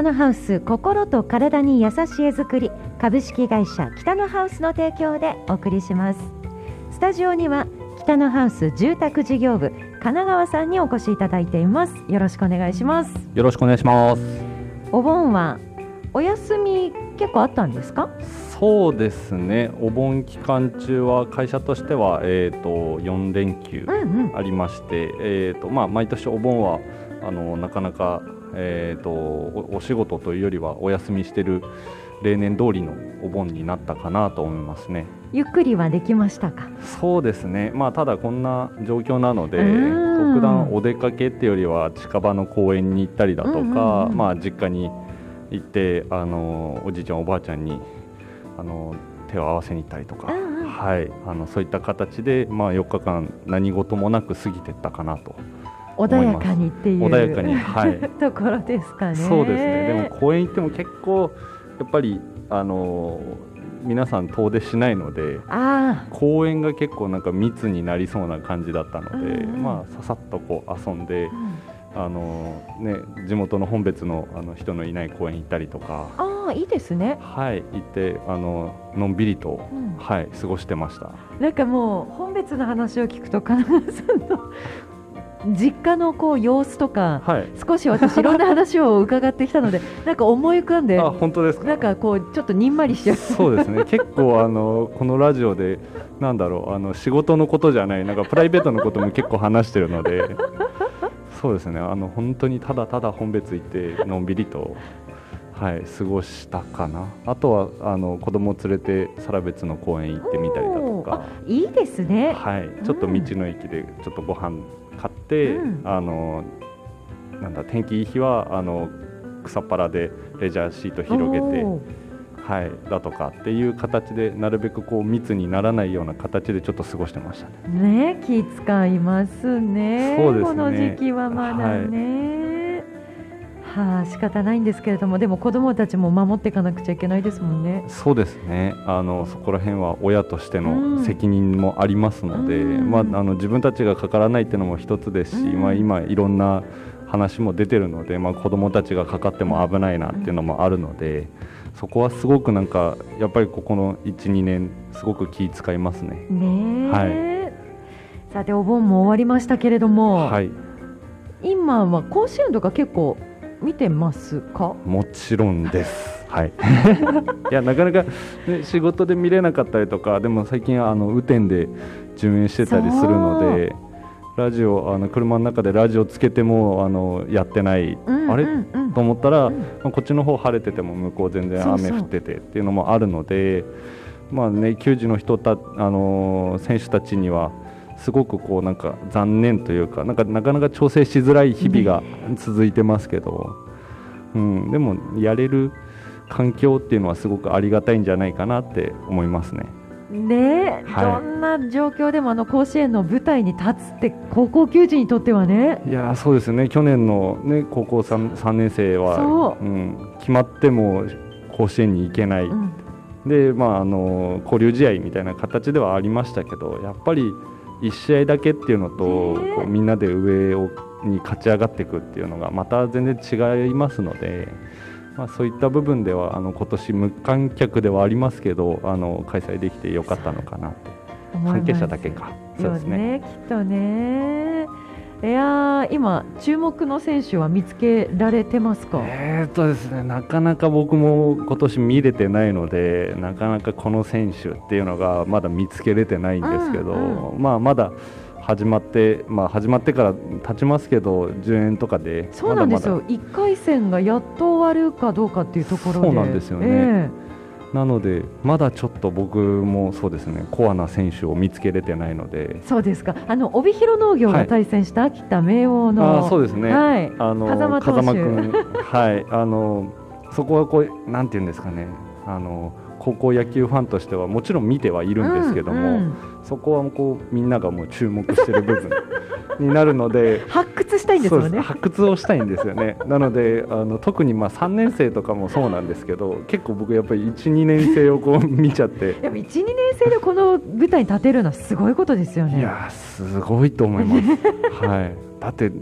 北のハウス、心と体に優しい絵作り、株式会社北のハウスの提供でお送りします。スタジオには北のハウス住宅事業部神奈川さんにお越しいただいています。よろしくお願いします。 よろしくお願いします。 お盆はお休み結構あったんですか？ そうですね、お盆期間中は会社としては、4連休ありまして、毎年お盆はなかなか、お仕事というよりはお休みしてる例年通りのお盆になったかなと思いますね。 ゆっくりはできましたか？ そうですね、ただこんな状況なので特段お出かけっていうよりは近場の公園に行ったりだとか、実家に行っておじいちゃんおばあちゃんに手を合わせに行ったりとか、そういった形で、4日間何事もなく過ぎていったかなと。 穏やかにっていう穏やかに、 ところですかね。 そうですね。でも公園行っても結構やっぱり皆さん遠出しないので、公園が結構なんか密になりそうな感じだったので、ささっとこう遊んで、地元の本別の人のいない公園行ったりとか、 いいですね。 行ってのんびりと、過ごしてました。 なんかもう本別の話を聞くと神奈川さんの実家のこう様子とか、少し私いろんな話を伺ってきたのでなんか思い浮かんで、 本当ですか？ なんかこうちょっとにんまりしちゃう。 そうですね。結構このラジオでなんだろう仕事のことじゃないなんかプライベートのことも結構話してるのでそうですね、本当にただただ本別行ってのんびりと過ごしたかな。あとは子供を連れて更別の公園行ってみたりだとか。 いいですね。 ちょっと道の駅でちょっとご飯買って、天気いい日は草っぱらでレジャーシート広げてだとかっていう形でなるべくこう密にならないような形でちょっと過ごしてましたね。 気使いますね。 そうですね。 この時期はまだね。仕方ないんですけれども、でも子どもたちも守っていかなくちゃいけないですもんね。 そうですね。そこら辺は親としての責任もありますので、自分たちがかからないっていうのも一つですし、今いろんな話も出てるので、子どもたちがかかっても危ないなっていうのもあるので、そこはすごくなんかやっぱりここの 1,2 年すごく気遣いますね。 さてお盆も終わりましたけれども、今は甲子園とか結構見てますか？もちろんです。いやなかなか、仕事で見れなかったりとか、でも最近は雨天で順延してたりするので、ラジオ車の中でラジオつけてもやってない、あれと思ったら、こっちの方晴れてても向こう全然雨降っててっていうのもあるので、球児の人選手たちにはすごくこうなんか残念というか、なかなか調整しづらい日々が続いてますけど、でもやれる環境っていうのはすごくありがたいんじゃないかなって思いますね。 どんな状況でも甲子園の舞台に立つって高校球児にとってはね。 いやそうですね。去年の、高校 3年生は、決まっても甲子園に行けない、で、交流試合みたいな形ではありましたけど、やっぱり1試合だけっていうのと、こうみんなで上に勝ち上がっていくっていうのがまた全然違いますので、そういった部分では今年無観客ではありますけど開催できてよかったのかなって。関係者だけか。そうですね。 きっとね。今注目の選手は見つけられてますか？ ですね、なかなか僕も今年見れてないので、なかなかこの選手っていうのがまだ見つけれてないんですけど、まだ始まってから経ちますけど、順延とかでそうなんですよ。1回戦がやっと終わるかどうかっていうところで。 そうなんですよね。なのでまだちょっと僕もそうですね、コアな選手を見つけれてないので。 そうですか。帯広農業が対戦した秋田明桜の、 そうですね、 風間君そこはこうなんていうんですかね、高校野球ファンとしてはもちろん見てはいるんですけども、そこはこうみんながもう注目している部分になるので発掘したいんですよね。 発掘をしたいんですよね。なので特に3年生とかもそうなんですけど、結構僕やっぱり 1,2 年生をこう見ちゃってやっぱ 1,2 年生でこの舞台に立てるのはすごいことですよね。 いやすごいと思います。だって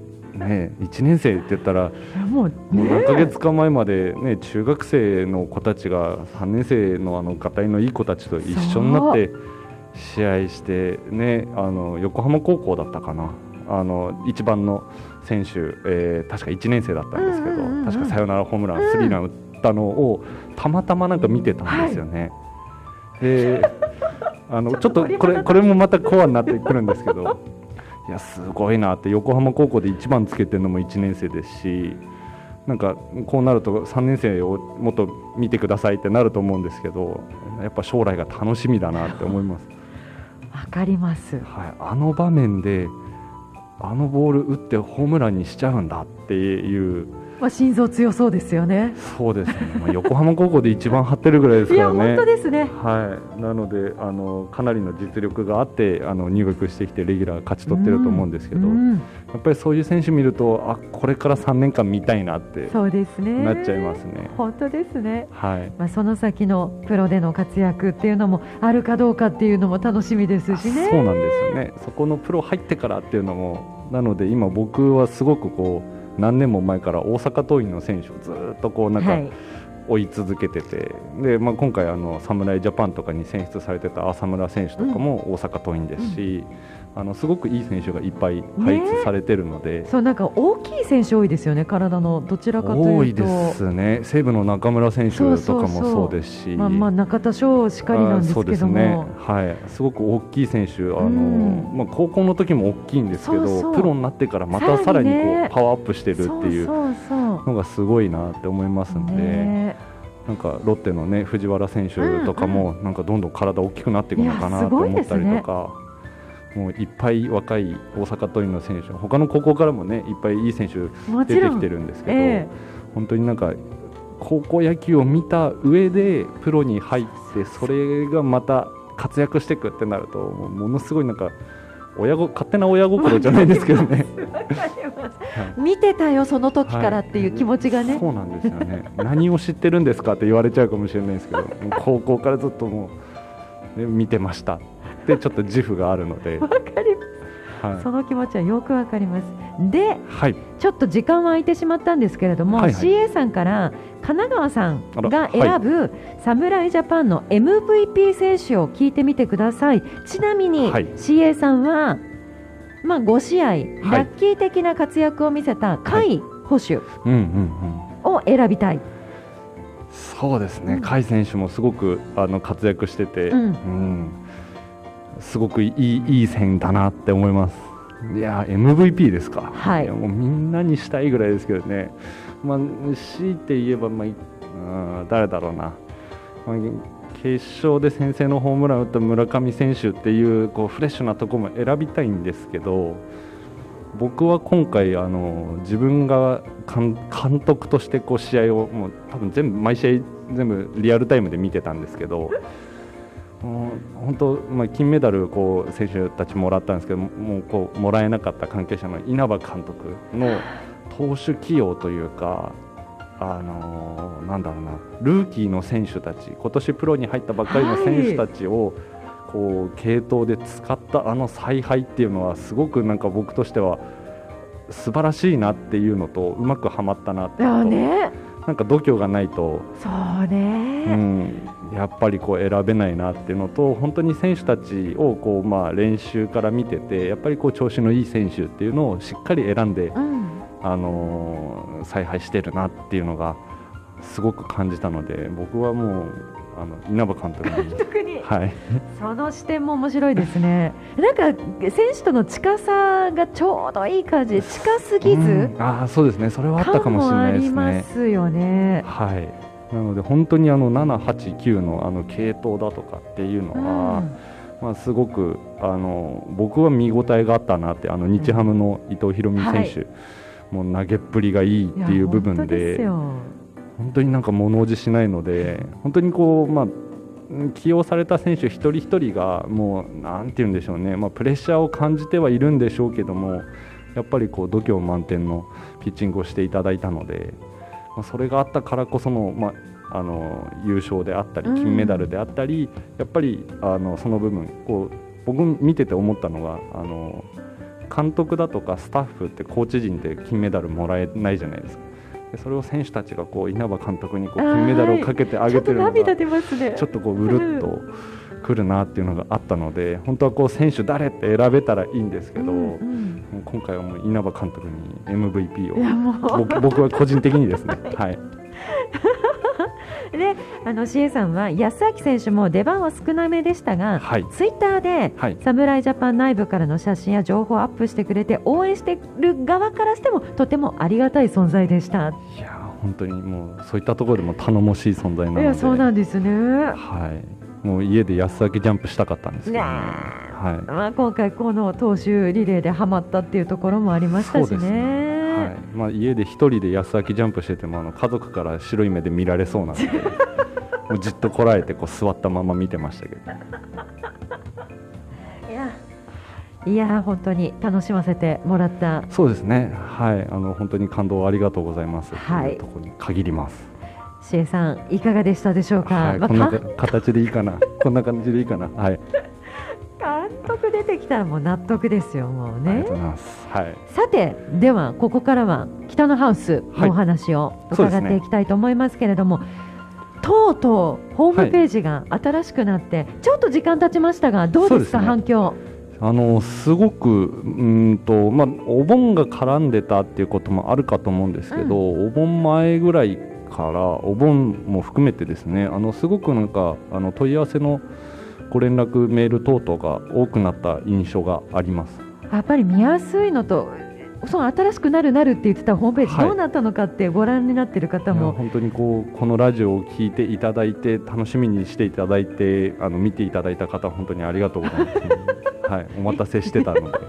ね、1年生って言ったらもう何ヶ月か前まで、ね、中学生の子たちが3年生のがたいのいい子たちと一緒になって試合して、ね、横浜高校だったかな、一番の選手、確か1年生だったんですけど、確かサヨナラホームラン、スリーラン打ったのをたまたまなんか見てたんですよね。でちょっとこれもまたコアになってくるんですけど、いやすごいなって、横浜高校で一番つけてるのも1年生ですし、なんかこうなると3年生をもっと見てくださいってなると思うんですけど、やっぱ将来が楽しみだなって思います。 わかります、 はい、あの場面であのボール打ってホームランにしちゃうんだっていう、 心臓強そうですよね。 そうですね、横浜高校で一番張ってるぐらいですからね。 いや本当ですね、 はい、なのでかなりの実力があって入学してきてレギュラー勝ち取ってると思うんですけど、やっぱりそういう選手見るとこれから3年間見たいなってそうですね、 なっちゃいますね。 本当ですね、 はいその先のプロでの活躍っていうのもあるかどうかっていうのも楽しみですしね。 そうなんですよね、そこのプロ入ってからっていうのも、なので今僕はすごく何年も前から大阪桐蔭の選手をずっとなんか追い続けてて、で今回侍ジャパンとかに選出されてた浅村選手とかも大阪桐蔭ですし、すごくいい選手がいっぱい輩出されてるので、 そうなんか大きい選手多いですよね、体のどちらかというと。 多いですね、西武の中村選手とかもそうですし、 中田翔しかりなんですけども、 そうですね、はい、すごく大きい選手、高校の時も大きいんですけど、プロになってからまたさらにパワーアップしてるっていうのがすごいなって思いますんで、なんかロッテの、ね、藤原選手とかもなんかどんどん体大きくなっていくのかなと思ったりとか、もういっぱい若い大阪桐蔭の選手、他の高校からもねいっぱいいい選手出てきてるんですけど、本当になんか高校野球を見た上でプロに入って、それがまた活躍していくってなると、ものすごいなんか勝手な親心じゃないですけどね見てたよその時からっていう気持ちがね、 そうなんですよね何を知ってるんですかって言われちゃうかもしれないですけど、高校からずっともう、ね、見てましたでちょっと自負があるのでわかります、その気持ちはよくわかります。で、ちょっと時間は空いてしまったんですけれども、CA さんから神奈川さんが選ぶ侍ジャパンの MVP 選手を聞いてみてください。ちなみに CA さんは、5試合ラッキー的な活躍を見せた甲斐捕手を選びたい。 そうですね、甲斐選手もすごく活躍してて、すごくいい線だなって思います。いや MVP ですか、いやもうみんなにしたいぐらいですけどね、強いて言えば、誰だろうな、決勝で先制のホームランを打った村上選手っていう、フレッシュなところも選びたいんですけど、僕は今回自分が監督として試合をもう多分毎試合全部リアルタイムで見てたんですけど、本当、金メダル選手たちもらったんですけど、もうもらえなかった関係者の稲葉監督の投手起用というか、なんだろうな、ルーキーの選手たち、今年プロに入ったばっかりの選手たちを継投で使った采配っていうのはすごくなんか僕としては素晴らしいなっていうのと、うまくはまったなっていうのと、なんか度胸がないとやっぱり選べないなっていうのと、本当に選手たちを練習から見てて、やっぱり調子のいい選手っていうのをしっかり選んで、采配してるなっていうのがすごく感じたので、僕はもう稲葉監督に、 その視点も面白いですね。なんか選手との近さがちょうどいい感じで、近すぎず、 そうですね、それはあったかもしれないですね。 ありますよね。 なので本当に7、8、9の継投だとかっていうのは、すごく僕は見応えがあったなって、日ハムの伊藤大海選手、もう投げっぷりがいいっていう部分で、本当になんか物おじしないので、本当に起用された選手一人一人がもうなんて言うんでしょうね、プレッシャーを感じてはいるんでしょうけども、やっぱり度胸満点のピッチングをしていただいたので、それがあったからこその、優勝であったり金メダルであったり、やっぱりその部分僕見てて思ったのが、 監督だとかスタッフってコーチ陣で金メダルもらえないじゃないですか。でそれを選手たちがこう稲葉監督にこう金メダルをかけてあげてるのがちょっと涙出ますね。 ちょっとこううるっとくるなっていうのがあったので、本当はこう選手誰って選べたらいいんですけど、もう今回はもう稲葉監督に MVP を僕は個人的にですねはいでCA さんは安明選手も出番は少なめでしたが、 はい、 ツイッターで、はい、侍ジャパン内部からの写真や情報をアップしてくれて応援している側からしてもとてもありがたい存在でした。 いや本当にもうそういったところでも頼もしい存在なので。 いやそうなんですね。 はい、もう家で安明ジャンプしたかったんですけどね。はいまあ、今回この投手リレーでハマったっていうところもありましたしね。 はいまあ、家で一人で安明ジャンプしてても家族から白い目で見られそうなのでもうじっとこらえてこう座ったまま見てましたけどいや本当に楽しませてもらった。 そうですね、はい、本当に感動ありがとうございますというところに限ります。 CAさんいかがでしたでしょうか。 はいこんな形でいいかなこんな感じでいいかな。はい監督出てきたらもう納得ですよもうね。 ありがとうございます、はい、 さてではここからは北のハウスのお話を伺っていきたいと思いますけれども、はいとうとうホームページが新しくなって、はい、ちょっと時間経ちましたがどうですか、ね、反響。 すごくまあ、お盆が絡んでたっていうこともあるかと思うんですけど、お盆前ぐらいからお盆も含めてですねすごくなんか問い合わせのご連絡メール等々が多くなった印象があります。 やっぱり見やすいのとその新しくなるって言ってたホームページどうなったのかってご覧になっている方も、 本当にこのラジオを聞いていただいて楽しみにしていただいて見ていただいた方本当にありがとうございます、はい、お待たせしてたので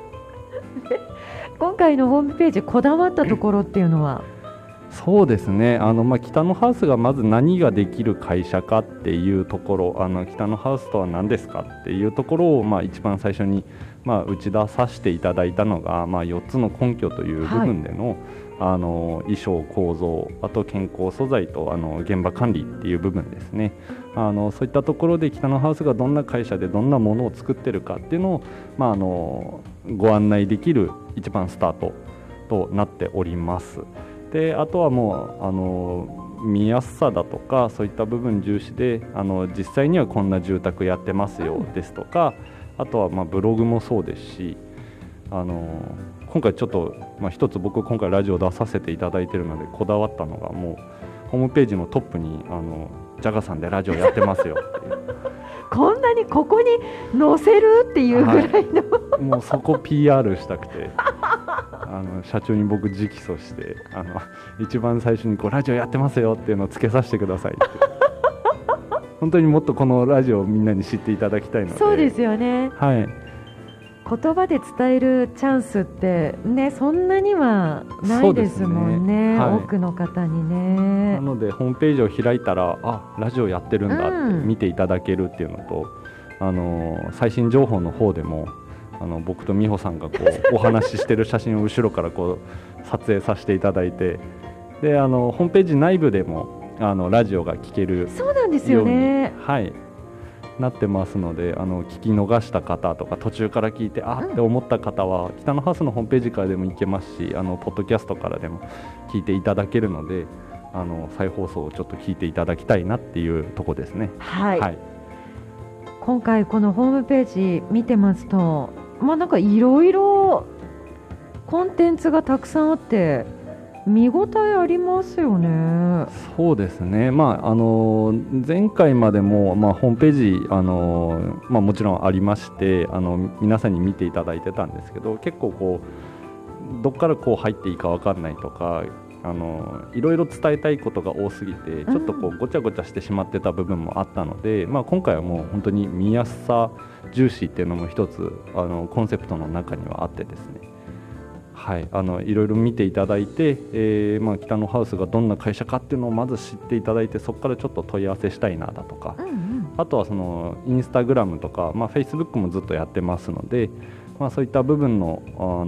今回のホームページこだわったところっていうのはそうですね北のハウスがまず何ができる会社かっていうところ北のハウスとは何ですかっていうところを、一番最初に、打ち出させていただいたのが、4つの根拠という部分での、衣装構造あと健康素材と現場管理っていう部分ですねそういったところで北のハウスがどんな会社でどんなものを作ってるかっていうのを、ご案内できる一番スタートとなっております。であとはもう見やすさだとかそういった部分重視で実際にはこんな住宅やってますよですとか、あとはブログもそうですし今回ちょっと、一つ僕今回ラジオ出させていただいているのでこだわったのがもうホームページのトップにジャガさんでラジオやってますよっていうこんなにここに載せるっていうぐらいの、 はい、もうそこ PR したくて社長に僕直訴して一番最初にラジオやってますよっていうのをつけさせてくださいって本当にもっとこのラジオをみんなに知っていただきたいので。 そうですよね、 はい、 言葉で伝えるチャンスってねそんなにはないですもん ね、はい、多くの方にね。 なのでホームページを開いたらラジオやってるんだって見ていただけるっていうのと、最新情報の方でも僕と美穂さんがお話ししてる写真を後ろから撮影させていただいてでホームページ内部でもラジオが聴けるようにそうなんですよね、 はい、なってますので聞き逃した方とか途中から聞いてって思った方は北のハウスのホームページからでも行けますしポッドキャストからでも聞いていただけるので再放送をちょっと聞いていただきたいなっていうところですね。 はい、はい、今回このホームページ見てますとなんかいろいろコンテンツがたくさんあって見応えありますよね。 そうですね、前回までも、ホームページ、もちろんありまして皆さんに見ていただいてたんですけど結構どっから入っていいか分かんないとかいろいろ伝えたいことが多すぎてちょっとごちゃごちゃしてしまってた部分もあったので、今回はもう本当に見やすさ重視っていうのも一つコンセプトの中にはあってですね、はい、いろいろ見ていただいて、北のハウスがどんな会社かっていうのをまず知っていただいてそこからちょっと問い合わせしたいなだとか、あとはインスタグラムとか、フェイスブックもずっとやってますので、そういった部分の、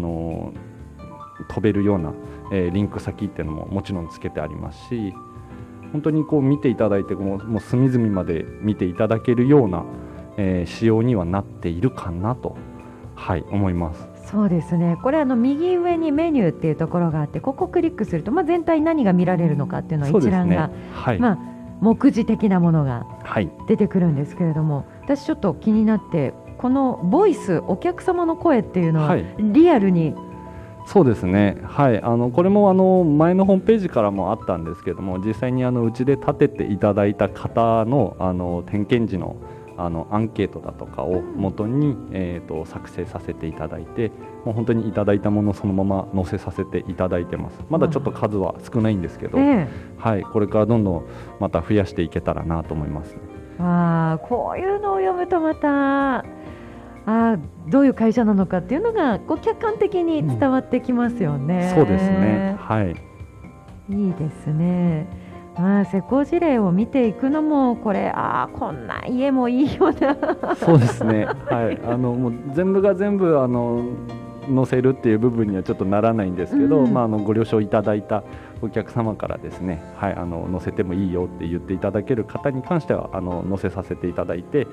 飛べるような、リンク先っていうのももちろんつけてありますし本当に見ていただいてもう隅々まで見ていただけるような、仕様にはなっているかなと、 はい、思います。 そうですね、これ右上にメニューっていうところがあって、ここをクリックすると、全体何が見られるのかっていうのは一覧が、 はい、 目次的なものが出てくるんですけれども、私ちょっと気になって、このボイス、お客様の声っていうのはリアルに、 そうですね、はい、これも前のホームページからもあったんですけども、実際にうちで立てていただいた方の点検時のアンケートだとかを元に、作成させていただいて、もう本当にいただいたものをそのまま載せさせていただいてます。まだちょっと数は少ないんですけど、はい、これからどんどんまた増やしていけたらなと思いますね。 こういうのを読むとまたどういう会社なのかっていうのが客観的に伝わってきますよね。 そうですね、はい、 いいですね。施工事例を見ていくのもこれこんな家もいいよなそうですね、はい、もう全部が全部載せるっていう部分にはちょっとならないんですけど、ご了承いただいたお客様からですね、はい、載せてもいいよって言っていただける方に関しては載せさせていただいて、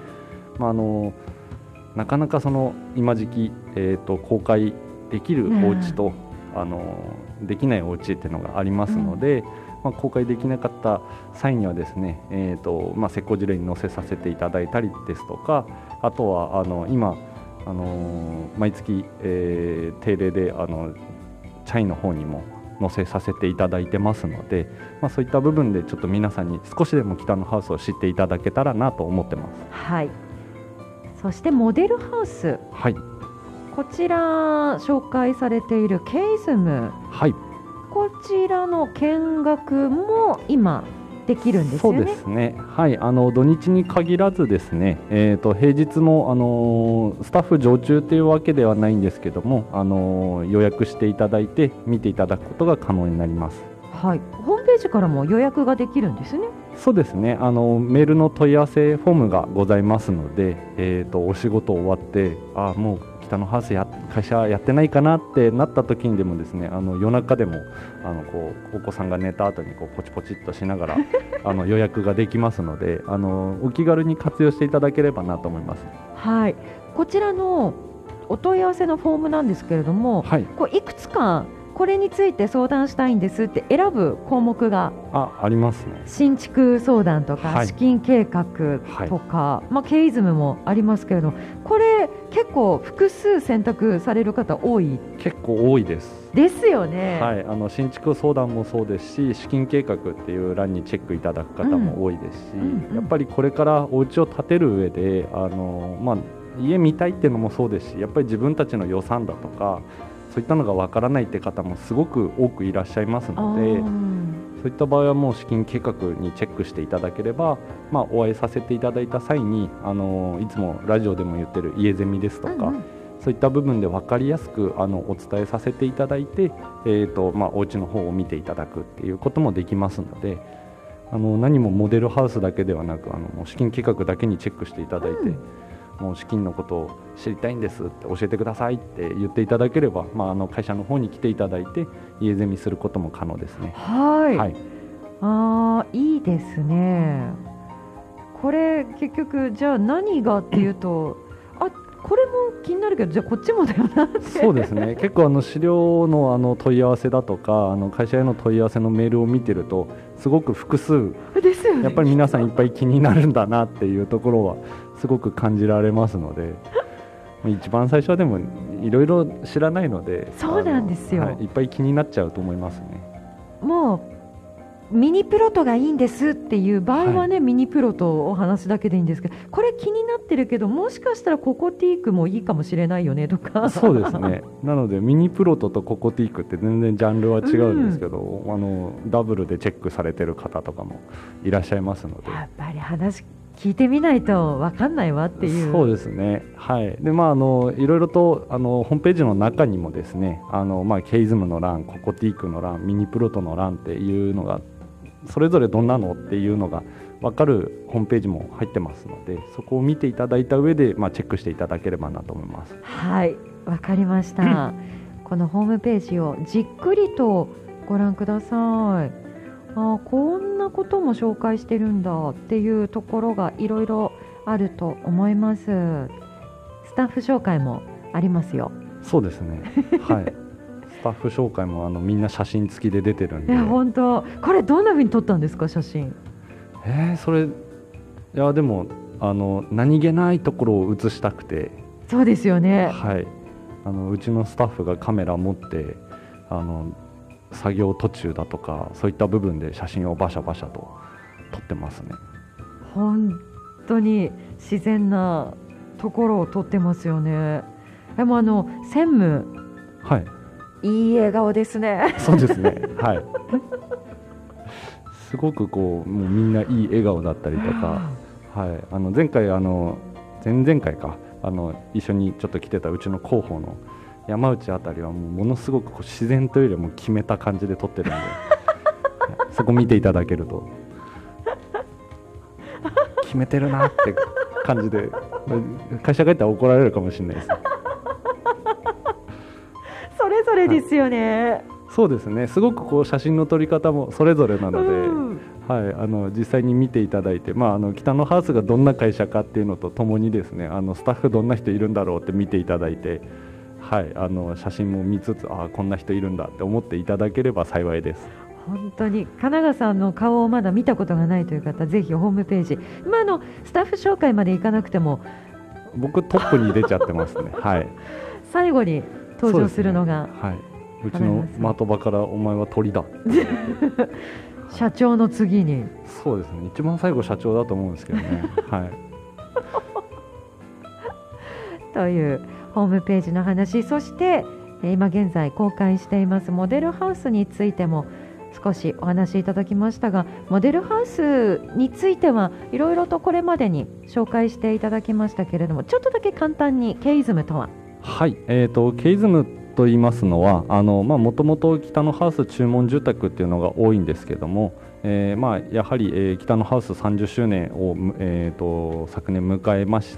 なかなか今時期、公開できるお家と、できないお家っていうのがありますので、公開できなかった際にはですね、施工事例に載せさせていただいたりですとか、あとは今毎月、定例でチャイの方にも載せさせていただいてますので、そういった部分でちょっと皆さんに少しでも北のハウスを知っていただけたらなと思ってます。 はい、そしてモデルハウス、 はい、 こちら紹介されているケイズム、 はい、 こちらの見学も今できるんですよね。 そうですね、はい、土日に限らずですね、平日もスタッフ常駐というわけではないんですけども、予約していただいて見ていただくことが可能になります。 はい、ホームページからも予約ができるんですね。 そうですね、メールの問い合わせフォームがございますので、お仕事終わってもう北のハウス会社やってないかなってなった時にでもですね、夜中でもお子さんが寝た後にポチポチっとしながら予約ができますので、お気軽に活用していただければなと思います。 はい、こちらのお問い合わせのフォームなんですけれども、 はい、 いくつかこれについて相談したいんですって選ぶ項目がありますね。 新築相談とか、 はい、 資金計画とか、経イズムもありますけれど、これ結構複数選択される方多い？ 結構多いですよね。 はい、新築相談もそうですし、資金計画っていう欄にチェックいただく方も多いですし、やっぱりこれからお家を建てる上で家見たいっていうのもそうですし、やっぱり自分たちの予算だとかそういったのがわからないって方もすごく多くいらっしゃいますので、そういった場合はもう資金計画にチェックしていただければ、お会いさせていただいた際にいつもラジオでも言ってる家ゼミですとか、そういった部分で分かりやすくお伝えさせていただいて、お家の方を見ていただくっていうこともできますので、何もモデルハウスだけではなくもう資金計画だけにチェックしていただいて、もう資金のことを知りたいんですって教えてくださいって言っていただければ、会社の方に来ていただいて家ゼミすることも可能ですね。 はい、いいですね。これ結局じゃあ何がっていうとこれも気になるけど、じゃあこっちもだよなって。 そうですね、結構資料の問い合わせだとか会社への問い合わせのメールを見てるとすごく複数ですよね。 やっぱり皆さんいっぱい気になるんだなっていうところはすごく感じられますので一番最初はでもいろいろ知らないので、 そうなんですよ、 いっぱい気になっちゃうと思いますね。 もうミニプロトがいいんですっていう場合はね、ミニプロトお話だけでいいんですけど、これ気になってるけどもしかしたらココティークもいいかもしれないよねとか。 そうですね、なのでミニプロトとココティークって全然ジャンルは違うんですけど、ダブルでチェックされてる方とかもいらっしゃいますので、 やっぱり話聞いてみないと分かんないわっていう。 そうですね、はい。でいろいろとホームページの中にもですね、ケイズムの欄、ココティークの欄、ミニプロトの欄っていうのがそれぞれどんなのっていうのが分かるホームページも入ってますので、そこを見ていただいた上で、チェックしていただければなと思います。 はい、分かりましたこのホームページをじっくりとご覧ください。こんなことも紹介してるんだっていうところがいろいろあると思います。スタッフ紹介もありますよ。 そうですねはい、スタッフ紹介もみんな写真付きで出てるんで。 本当、これどんな風に撮ったんですか、写真。 それ、いやでも何気ないところを写したくて。 そうですよね。 はい、うちのスタッフがカメラ持って作業途中だとかそういった部分で写真をバシャバシャと撮ってますね。 本当に自然なところを撮ってますよね。でも専務、 はい、 いい笑顔ですね。 そうですねはいすごくもうみんないい笑顔だったりとか、はい、前回前々回か一緒にちょっと来てたうちの広報の山内あたりはものすごく自然というよりも決めた感じで撮ってるんでそこ見ていただけると決めてるなって感じで会社帰ったら怒られるかもしれないです。 それぞれですよね。 そうですね、すごく写真の撮り方もそれぞれなので、はい、実際に見ていただいて、北のハウスがどんな会社かっていうのとともにですね、スタッフどんな人いるんだろうって見ていただいて、はい、写真も見つつこんな人いるんだって思っていただければ幸いです。 本当に神奈川さんの顔をまだ見たことがないという方、ぜひホームページ、スタッフ紹介までいかなくても僕トップに出ちゃってますねはい、 最後に登場するのが、 はい、うちの的場からお前は鳥だ社長の次に。 そうですね、一番最後社長だと思うんですけどねはいというホームページの話、そして今現在公開していますモデルハウスについても少しお話しいただきましたが、モデルハウスについてはいろいろとこれまでに紹介していただきましたけれども、ちょっとだけ簡単にケイズムとは。 はい、ケイズムと言いますのはもともと北のハウス注文住宅っていうのが多いんですけども、やはり、北のハウス30周年を、昨年迎えまして、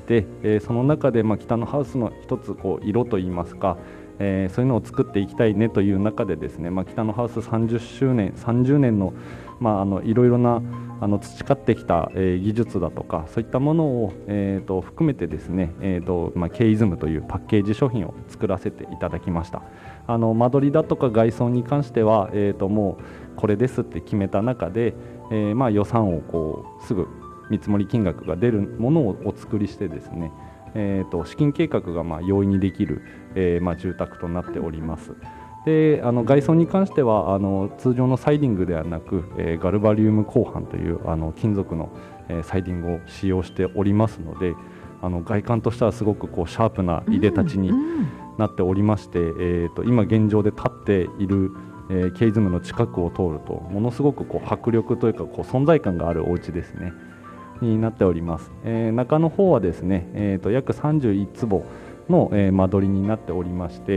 その中で、北のハウスの一つ色といいますか、そういうのを作っていきたいねという中でですね、北のハウス30周年30年の、いろいろな培ってきた、技術だとかそういったものを、含めてですね、ケイズムというパッケージ商品を作らせていただきました。間取りだとか外装に関しては、もうこれですって決めた中で、予算をすぐ見積もり金額が出るものをお作りしてですね、資金計画が容易にできる、住宅となっております。で外装に関しては通常のサイディングではなく、ガルバリウム鋼板という金属の、サイディングを使用しておりますので、外観としてはすごくシャープないでたちになっておりまして、今現状で立っている、ケイズムの近くを通るとものすごく迫力というか存在感があるお家ですねになっております。中の方はですね、約31坪の、間取りになっておりまして、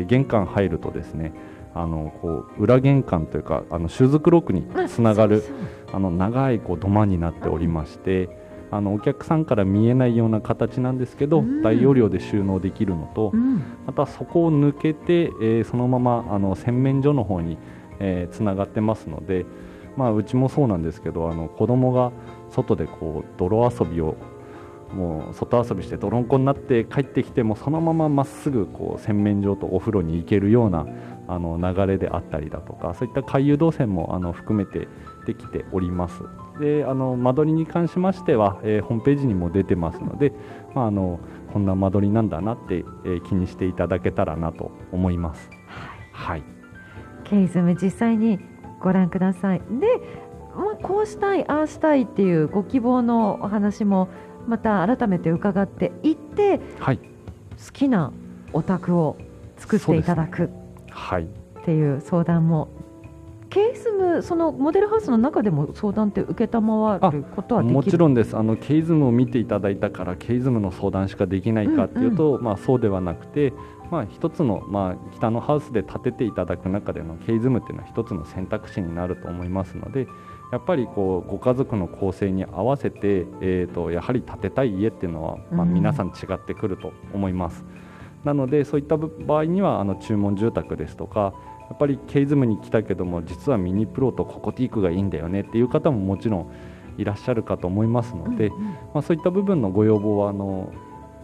玄関入るとですね裏玄関というかシューズクロークにつながる長い土間になっておりまして、お客さんから見えないような形なんですけど、大容量で収納できるのと、またそこを抜けて、そのまま洗面所の方に、つながってますので、うちもそうなんですけど子供が外で泥遊びをもう外遊びして泥んこになって帰ってきてもそのまままっすぐ洗面所とお風呂に行けるような流れであったりだとか、そういった回遊動線も含めてできております。で間取りに関しましては、ホームページにも出てますので、こんな間取りなんだなって、気にしていただけたらなと思います。はい、 ケイズム実際にご覧ください。で、こうしたいああしたいっていうご希望のお話もまた改めて伺っていって、 はい、 好きなお宅を作っていただくっていう相談も、ケイズムそのモデルハウスの中でも相談って承ることはできる？ もちろんです。ケイズムを見ていただいたからケイズムの相談しかできないかっていうと、そうではなくて、一つの、北のハウスで建てていただく中でのケイズムっていうのは一つの選択肢になると思いますので、やっぱりご家族の構成に合わせて、やはり建てたい家っていうのは、皆さん違ってくると思います。なのでそういった場合には注文住宅ですとか、やっぱりケイズムに来たけども実はミニプロとココティークがいいんだよねっていう方ももちろんいらっしゃるかと思いますので、そういった部分のご要望は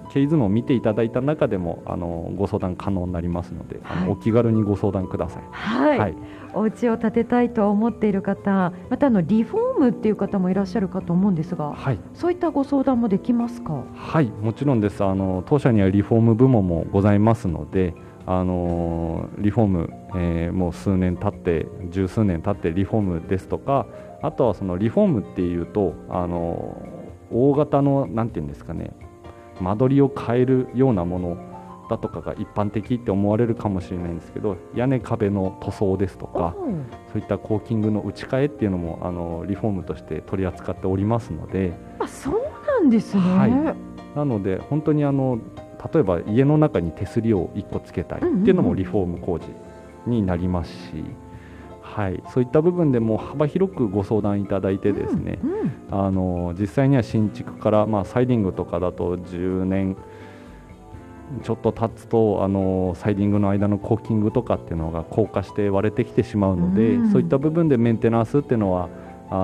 経緯図を見ていただいた中でもご相談可能になりますので、お気軽にご相談ください。 はい、お家を建てたいと思っている方、またリフォームっていう方もいらっしゃるかと思うんですが、そういったご相談もできますか？ はい、もちろんです。当社にはリフォーム部門もございますので、リフォーム、もう数年経って十数年経ってリフォームですとか、あとはそのリフォームっていうと大型のなんていうんですかね、間取りを変えるようなものだとかが一般的って思われるかもしれないんですけど、屋根壁の塗装ですとか、そういったコーキングの打ち替えっていうのもリフォームとして取り扱っておりますので。 そうなんですね。 なので本当に例えば家の中に手すりを1個つけたいっていうのもリフォーム工事になりますし、そういった部分でも幅広くご相談いただいてですね、実際には新築から、サイディングとかだと10年ちょっと経つとサイディングの間のコーキングとかっていうのが硬化して割れてきてしまうので、そういった部分でメンテナンスっていうのは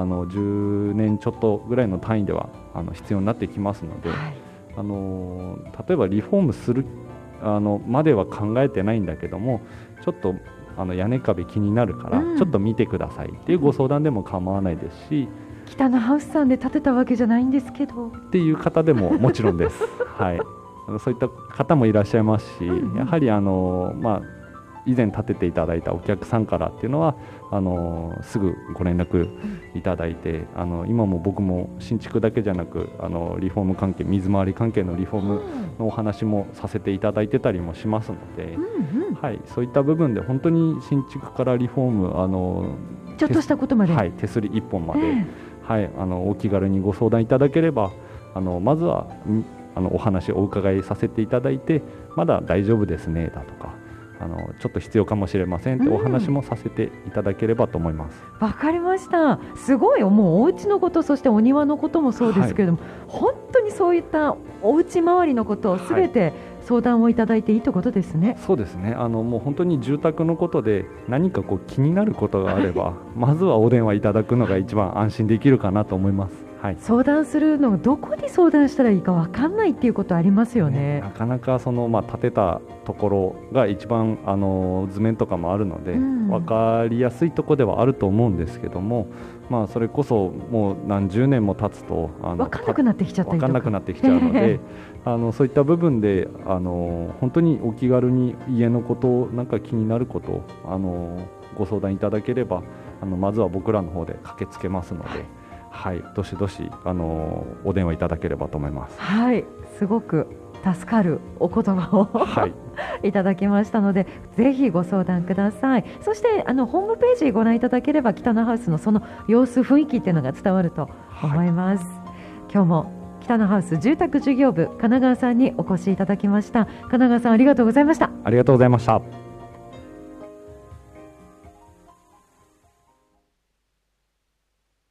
10年ちょっとぐらいの単位では必要になってきますので、例えばリフォームするまでは考えてないんだけども、ちょっと屋根壁気になるからちょっと見てくださいっていうご相談でも構わないですし、 北のハウスさんで建てたわけじゃないんですけどっていう方でももちろんです。そういった方もいらっしゃいますし、やはり以前建てていただいたお客さんからっていうのはすぐご連絡いただいて、今も僕も新築だけじゃなくリフォーム関係、水回り関係のリフォームのお話もさせていただいてたりもしますので、そういった部分で本当に新築からリフォームちょっとしたことまで、 手すり1本まで、お気軽にご相談いただければまずはお話をお伺いさせていただいて、まだ大丈夫ですねだとか、ちょっと必要かもしれませんってお話もさせていただければと思います。 わかりました。すごい、もうお家のこと、そしてお庭のこともそうですけれども、本当にそういったお家周りのことをすべて相談をいただいていいということですね。 そうですね。もう本当に住宅のことで何か気になることがあれば、まずはお電話いただくのが一番安心できるかなと思います。 相談するのどこに相談したらいいか分かんないっていうことありますよね。 なかなか建てたところが一番図面とかもあるので、分かりやすいところではあると思うんですけども、それこそもう何十年も経つと分かんなくなってきちゃったりとか、 分かんなくなってきちゃうのでそういった部分で本当にお気軽に家のことなんか気になることをご相談いただければまずは僕らの方で駆けつけますので。どしどしお電話いただければと思います。 すごく助かるお言葉をいただきましたので、ぜひご相談ください。そしてホームページご覧いただければ北のハウスのその様子雰囲気っていうのが伝わると思います。今日も北のハウス住宅事業部神奈川さんにお越しいただきました。神奈川さん、ありがとうございました。 ありがとうございました。